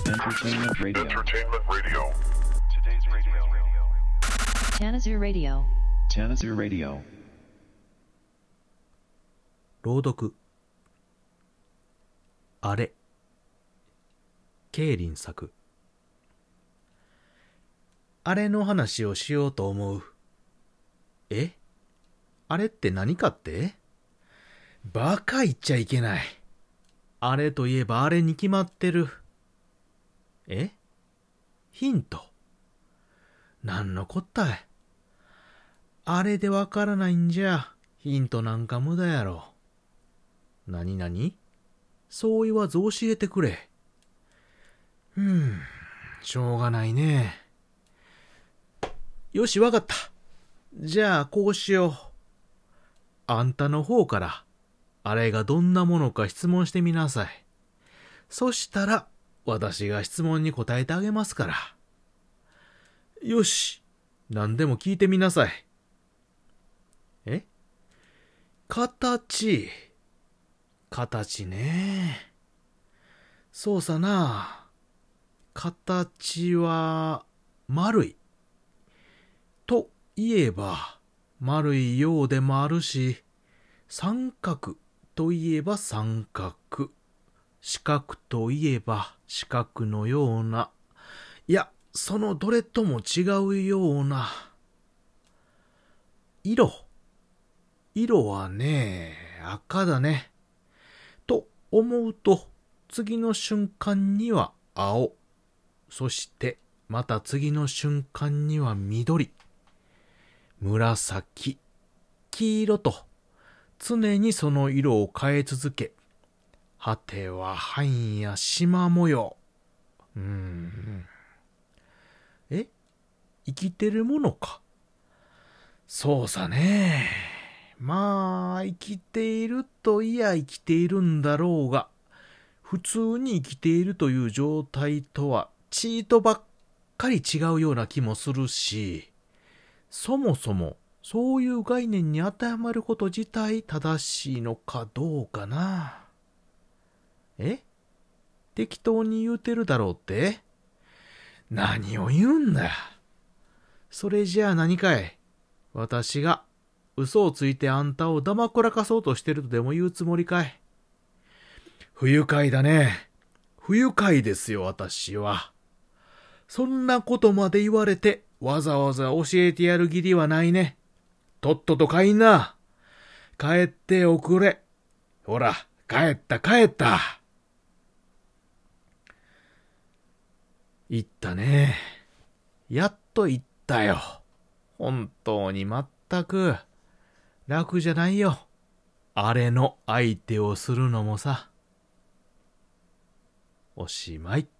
Entertainment Radio. Entertainment Radio. Today's radio. Tanazu Radio. Tanazu Radio. 朗読あれケイリン作あれの話をしようと思う。え？あれって何かって？バカ言っちゃいけない。あれといえばあれに決まってる。え？ヒント？なんのこったい。あれでわからないんじゃヒントなんか無駄やろ。なになに？そう言わず教えてくれ。しょうがないね。よし、わかった。じゃあこうしよう。あんたの方からあれがどんなものか質問してみなさい。そしたら私が質問に答えてあげますから。よし、何でも聞いてみなさい。え？形ね。そうさな。形は丸い。といえば丸いようでもあるし、三角といえば三角。四角といえば四角のような。いや、そのどれとも違うような。色はね、赤だね。と思うと、次の瞬間には青。そしてまた次の瞬間には緑。紫。黄色と、常にその色を変え続け、果ては半や縞模様。え？生きてるものか。そうさね。まあ、生きているといや生きているんだろうが、普通に生きているという状態とは、ちいとばっかり違うような気もするし、そもそもそういう概念に当てはまること自体正しいのかどうかな。え？適当に言うてるだろうって？何を言うんだ。それじゃあ何かい。私が嘘をついてあんたをだまくらかそうとしてるとでも言うつもりかい。不愉快だね。不愉快ですよ、私は。そんなことまで言われてわざわざ教えてやる義理はないね。とっとと帰んな。帰っておくれ。ほら、帰った。言ったね。やっと言ったよ。本当にまったく楽じゃないよ。あれの相手をするのもさ。おしまい。